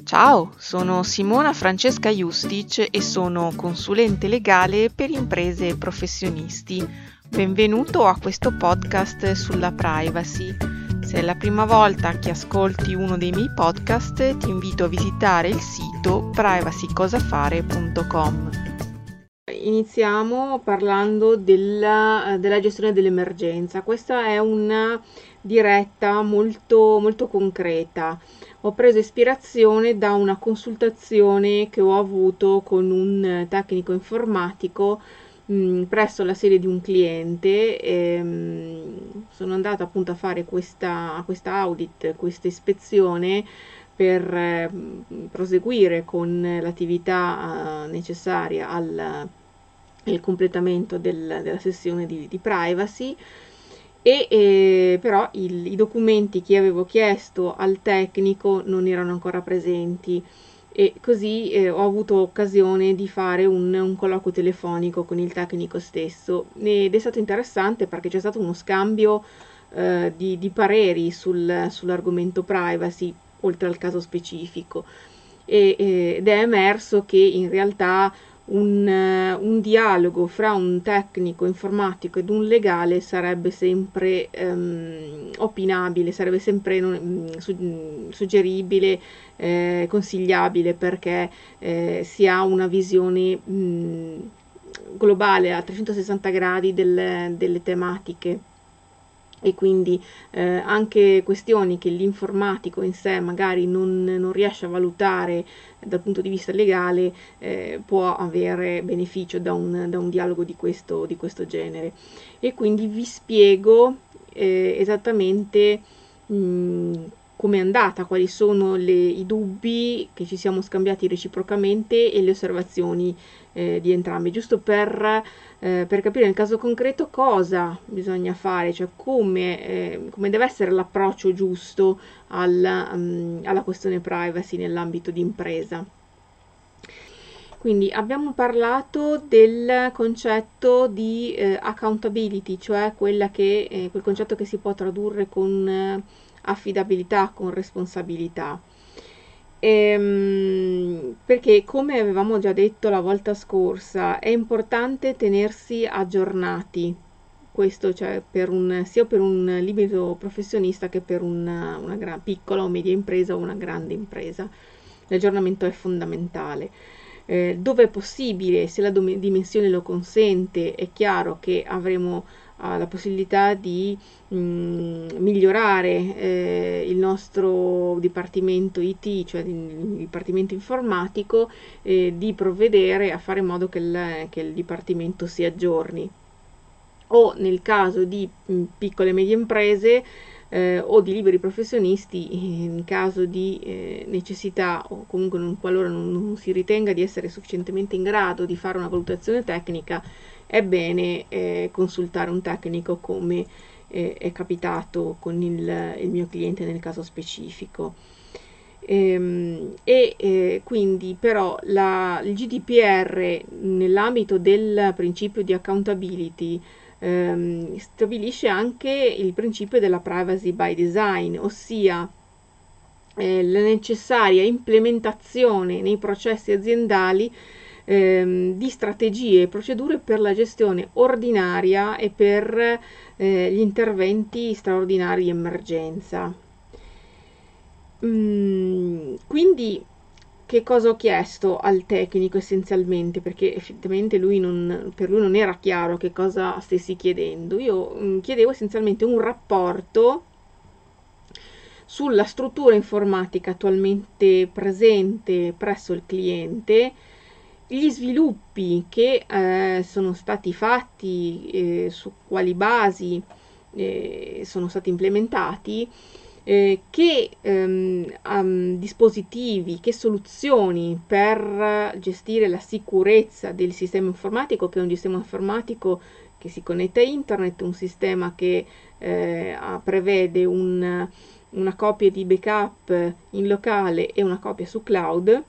Ciao, sono Simona Francesca Justic e sono consulente legale per imprese e professionisti. Benvenuto a questo podcast sulla privacy. Se è la prima volta che ascolti uno dei miei podcast, ti invito a visitare il sito privacycosafare.com. Iniziamo parlando della gestione dell'emergenza. Questa è una diretta molto concreta. Ho preso ispirazione da una consultazione che ho avuto con un tecnico informatico presso la sede di un cliente. Sono andata appunto a fare questa audit, questa ispezione per proseguire con l'attività necessaria al completamento della sessione di privacy. Però i documenti che avevo chiesto al tecnico non erano ancora presenti e così ho avuto occasione di fare un colloquio telefonico con il tecnico stesso ed è stato interessante perché c'è stato uno scambio di pareri sull'argomento privacy oltre al caso specifico ed è emerso che in realtà un dialogo fra un tecnico informatico ed un legale sarebbe sempre opinabile, sarebbe sempre suggeribile, consigliabile perché si ha una visione globale a 360 gradi delle tematiche. E quindi anche questioni che l'informatico in sé magari non riesce a valutare dal punto di vista legale può avere beneficio da un dialogo di questo genere. E quindi vi spiego esattamente come è andata, quali sono i dubbi che ci siamo scambiati reciprocamente e le osservazioni di entrambi, giusto per capire nel caso concreto cosa bisogna fare, cioè come deve essere l'approccio giusto alla questione privacy nell'ambito di impresa. Quindi abbiamo parlato del concetto di accountability, cioè quel concetto che si può tradurre con affidabilità, con responsabilità. Perché come avevamo già detto la volta scorsa è importante tenersi aggiornati, questo cioè sia per un libero professionista che per una piccola o media impresa o una grande impresa. L'aggiornamento è fondamentale. Dove è possibile, se la dimensione lo consente, è chiaro che avremo la possibilità di migliorare il nostro dipartimento IT, cioè il dipartimento informatico, di provvedere a fare in modo che il dipartimento si aggiorni. O nel caso di piccole e medie imprese o di liberi professionisti, in caso di necessità o comunque qualora non si ritenga di essere sufficientemente in grado di fare una valutazione tecnica, è bene consultare un tecnico come è capitato con il mio cliente nel caso specifico. Quindi però il GDPR nell'ambito del principio di accountability stabilisce anche il principio della privacy by design, ossia la necessaria implementazione nei processi aziendali di strategie e procedure per la gestione ordinaria e per gli interventi straordinari di emergenza. Quindi che cosa ho chiesto al tecnico essenzialmente? Perché effettivamente per lui non era chiaro che cosa stessi chiedendo. Io chiedevo essenzialmente un rapporto sulla struttura informatica attualmente presente presso il cliente, gli sviluppi che sono stati fatti, su quali basi sono stati implementati, che dispositivi, che soluzioni per gestire la sicurezza del sistema informatico, che è un sistema informatico che si connette a internet, un sistema che prevede una copia di backup in locale e una copia su cloud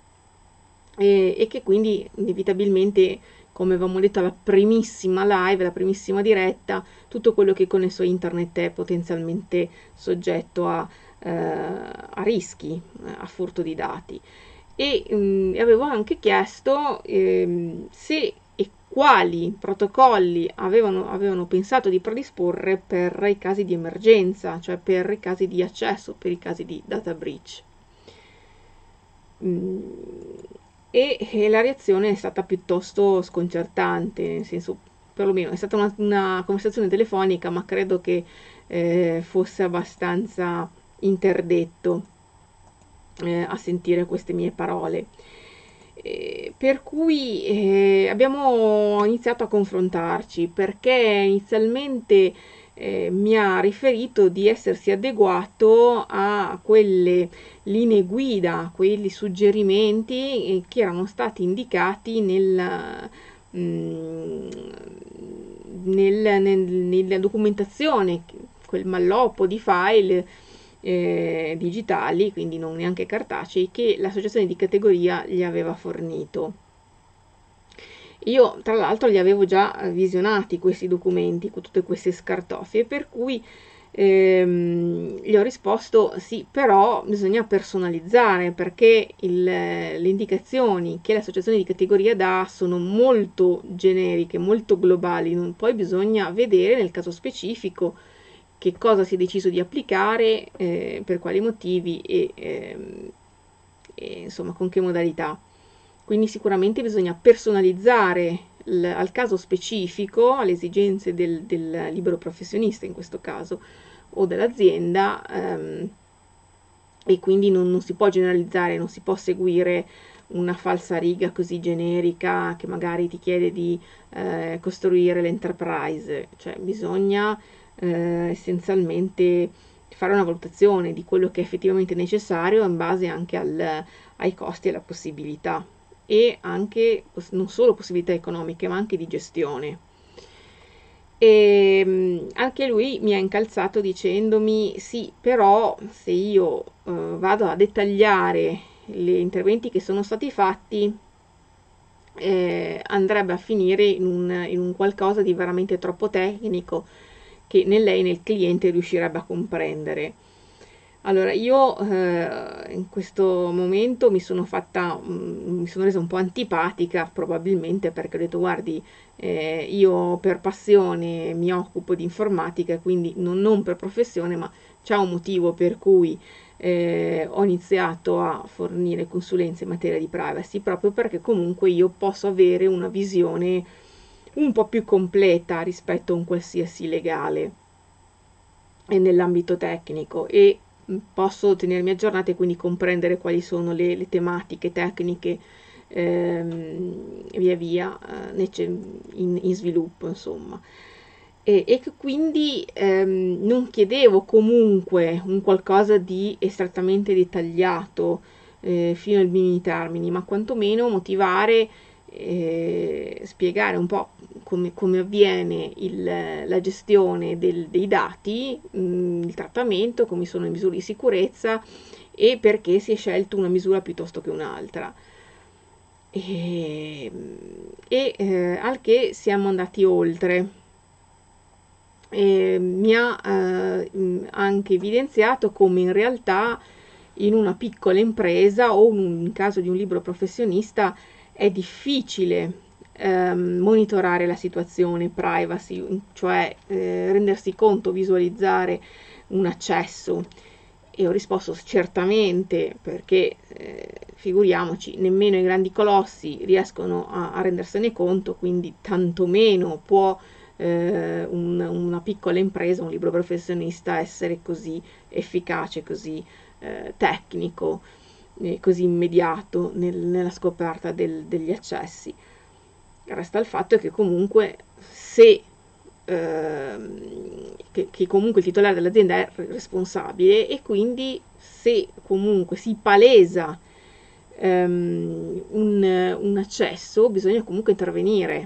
e che quindi inevitabilmente, come avevamo detto alla primissima live, la primissima diretta, tutto quello che è connesso a internet è potenzialmente soggetto a a rischi, a furto di dati. E avevo anche chiesto se e quali protocolli avevano pensato di predisporre per i casi di emergenza, cioè per i casi di accesso, per i casi di data breach. E la reazione è stata piuttosto sconcertante, nel senso, perlomeno è stata una conversazione telefonica, ma credo che fosse abbastanza interdetto a sentire queste mie parole. Per cui abbiamo iniziato a confrontarci, perché inizialmente mi ha riferito di essersi adeguato a quelle linee guida, quei suggerimenti che erano stati indicati nella documentazione, quel malloppo di file digitali, quindi non neanche cartacei, che l'associazione di categoria gli aveva fornito. Io tra l'altro li avevo già visionati questi documenti con tutte queste scartoffie, per cui gli ho risposto sì, però bisogna personalizzare, perché le indicazioni che l'associazione di categoria dà sono molto generiche, molto globali, poi bisogna vedere nel caso specifico che cosa si è deciso di applicare, per quali motivi e insomma con che modalità. Quindi sicuramente bisogna personalizzare al caso specifico, alle esigenze del libero professionista in questo caso o dell'azienda, e quindi non si può generalizzare, non si può seguire una falsariga così generica che magari ti chiede di costruire l'enterprise, cioè bisogna essenzialmente fare una valutazione di quello che è effettivamente necessario in base anche ai costi e alla possibilità, e anche non solo possibilità economiche ma anche di gestione. E anche lui mi ha incalzato dicendomi sì, però se io vado a dettagliare gli interventi che sono stati fatti, andrebbe a finire in un qualcosa di veramente troppo tecnico che né lei né il cliente riuscirebbe a comprendere. Allora, io in questo momento mi sono resa un po' antipatica, probabilmente perché ho detto, guardi, io per passione mi occupo di informatica, quindi non per professione, ma c'è un motivo per cui ho iniziato a fornire consulenze in materia di privacy, proprio perché comunque io posso avere una visione un po' più completa rispetto a un qualsiasi legale e nell'ambito tecnico, e posso tenermi aggiornata e quindi comprendere quali sono le tematiche tecniche via via in sviluppo, insomma. E che quindi non chiedevo comunque un qualcosa di estrattamente dettagliato fino ai minimi termini, ma quantomeno motivare, spiegare un po' come avviene la gestione dei dati, il trattamento, come sono le misure di sicurezza e perché si è scelto una misura piuttosto che un'altra. Al che siamo andati oltre. Mi ha anche evidenziato come in realtà in una piccola impresa o in caso di un libero professionista è difficile monitorare la situazione privacy, cioè rendersi conto, visualizzare un accesso. E ho risposto certamente, perché figuriamoci, nemmeno i grandi colossi riescono a rendersene conto, quindi tantomeno può una piccola impresa, un libero professionista essere così efficace, così tecnico, così immediato nella scoperta degli accessi. Resta il fatto che comunque se che comunque il titolare dell'azienda è responsabile, e quindi se comunque si palesa un accesso bisogna comunque intervenire.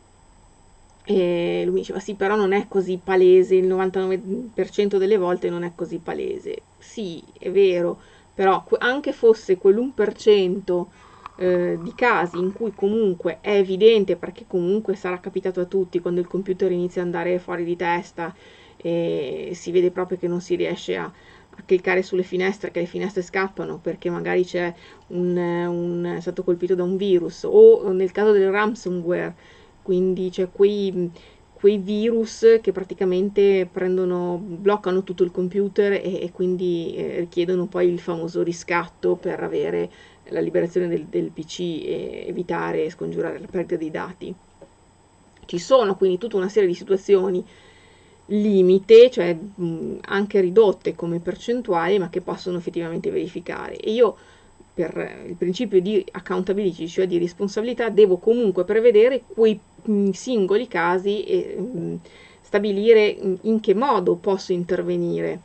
E lui mi diceva sì, però non è così palese, il 99% delle volte non è così palese. Sì, è vero, però anche fosse quell'1% di casi in cui comunque è evidente, perché comunque sarà capitato a tutti quando il computer inizia ad andare fuori di testa e si vede proprio che non si riesce a cliccare sulle finestre, che le finestre scappano perché magari è stato colpito da un virus, o nel caso del ransomware, quindi c'è quei virus che praticamente bloccano tutto il computer e quindi richiedono poi il famoso riscatto per avere la liberazione del PC e evitare e scongiurare la perdita dei dati. Ci sono quindi tutta una serie di situazioni limite, cioè anche ridotte come percentuali, ma che possono effettivamente verificare. E io, per il principio di accountability, cioè di responsabilità, devo comunque prevedere quei singoli casi e stabilire in che modo posso intervenire.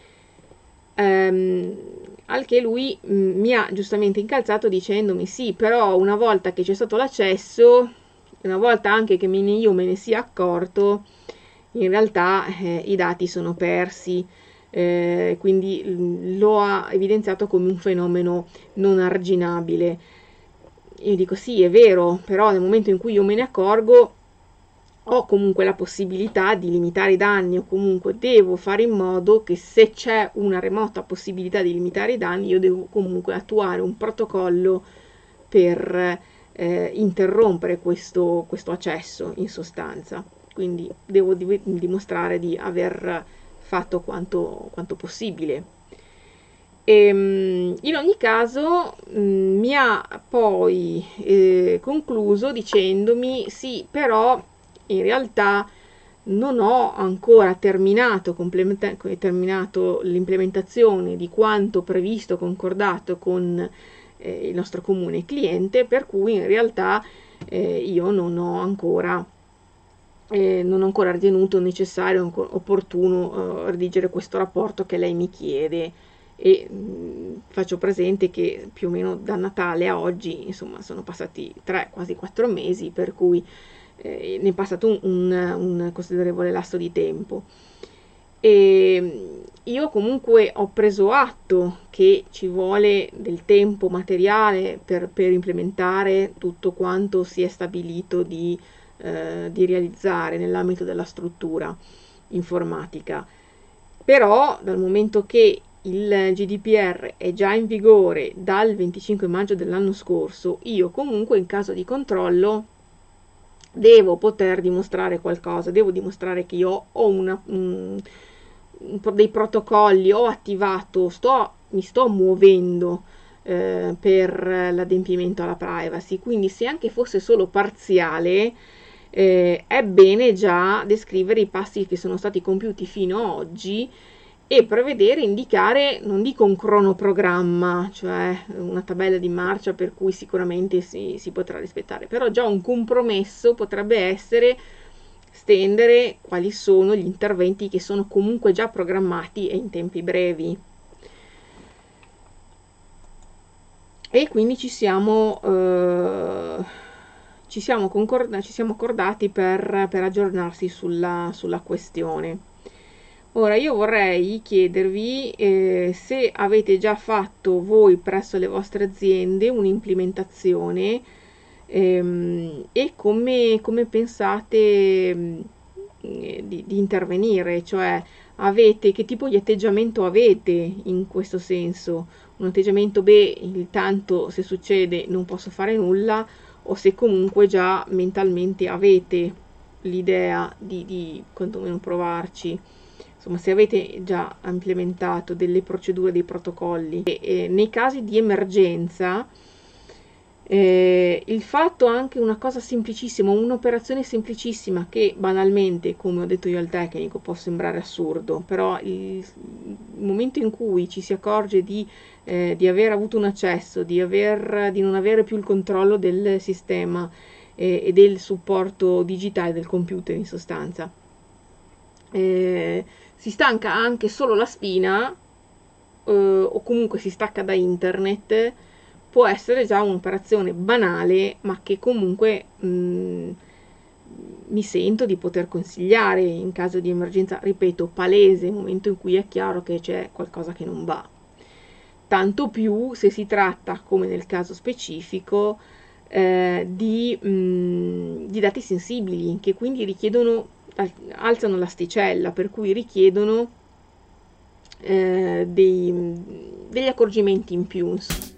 Al che lui mi ha giustamente incalzato dicendomi sì, però una volta che c'è stato l'accesso, una volta anche che io me ne sia accorto, in realtà i dati sono persi, quindi lo ha evidenziato come un fenomeno non arginabile. Io dico sì, è vero, però nel momento in cui io me ne accorgo ho comunque la possibilità di limitare i danni, o comunque devo fare in modo che, se c'è una remota possibilità di limitare i danni, io devo comunque attuare un protocollo per interrompere questo accesso, in sostanza. Quindi devo dimostrare di aver fatto quanto possibile. In ogni caso mi ha poi concluso dicendomi sì, però in realtà non ho ancora terminato l'implementazione di quanto previsto, concordato con il nostro comune cliente, per cui in realtà io non ho ancora ritenuto necessario o opportuno redigere questo rapporto che lei mi chiede, e faccio presente che più o meno da Natale a oggi, insomma, sono passati 3, quasi 4 mesi, per cui ne è passato un considerevole lasso di tempo. E io comunque ho preso atto che ci vuole del tempo materiale per implementare tutto quanto si è stabilito di realizzare nell'ambito della struttura informatica. Però dal momento che il GDPR è già in vigore dal 25 maggio dell'anno scorso, io comunque in caso di controllo devo poter dimostrare qualcosa, devo dimostrare che io ho dei protocolli, ho attivato, mi sto muovendo per l'adempimento alla privacy, quindi se anche fosse solo parziale, è bene già descrivere i passi che sono stati compiuti fino ad oggi e prevedere, indicare, non dico un cronoprogramma, cioè una tabella di marcia per cui sicuramente si potrà rispettare, però già un compromesso potrebbe essere stendere quali sono gli interventi che sono comunque già programmati e in tempi brevi. E quindi ci siamo accordati per aggiornarsi sulla questione. Ora io vorrei chiedervi se avete già fatto voi presso le vostre aziende un'implementazione e come pensate di intervenire, cioè che tipo di atteggiamento avete in questo senso? Un atteggiamento, beh, tanto se succede non posso fare nulla, o se comunque già mentalmente avete l'idea di quantomeno provarci. Insomma, se avete già implementato delle procedure, dei protocolli, e nei casi di emergenza, il fatto, anche una cosa semplicissima, un'operazione semplicissima che banalmente, come ho detto io al tecnico, può sembrare assurdo, però il momento in cui ci si accorge di aver avuto un accesso, di non avere più il controllo del sistema e del supporto digitale del computer, in sostanza, si stanca anche solo la spina, o comunque si stacca da internet, può essere già un'operazione banale, ma che comunque mi sento di poter consigliare in caso di emergenza, ripeto, palese, nel momento in cui è chiaro che c'è qualcosa che non va. Tanto più se si tratta, come nel caso specifico, di dati sensibili, che quindi alzano l'asticella, per cui richiedono degli accorgimenti in più.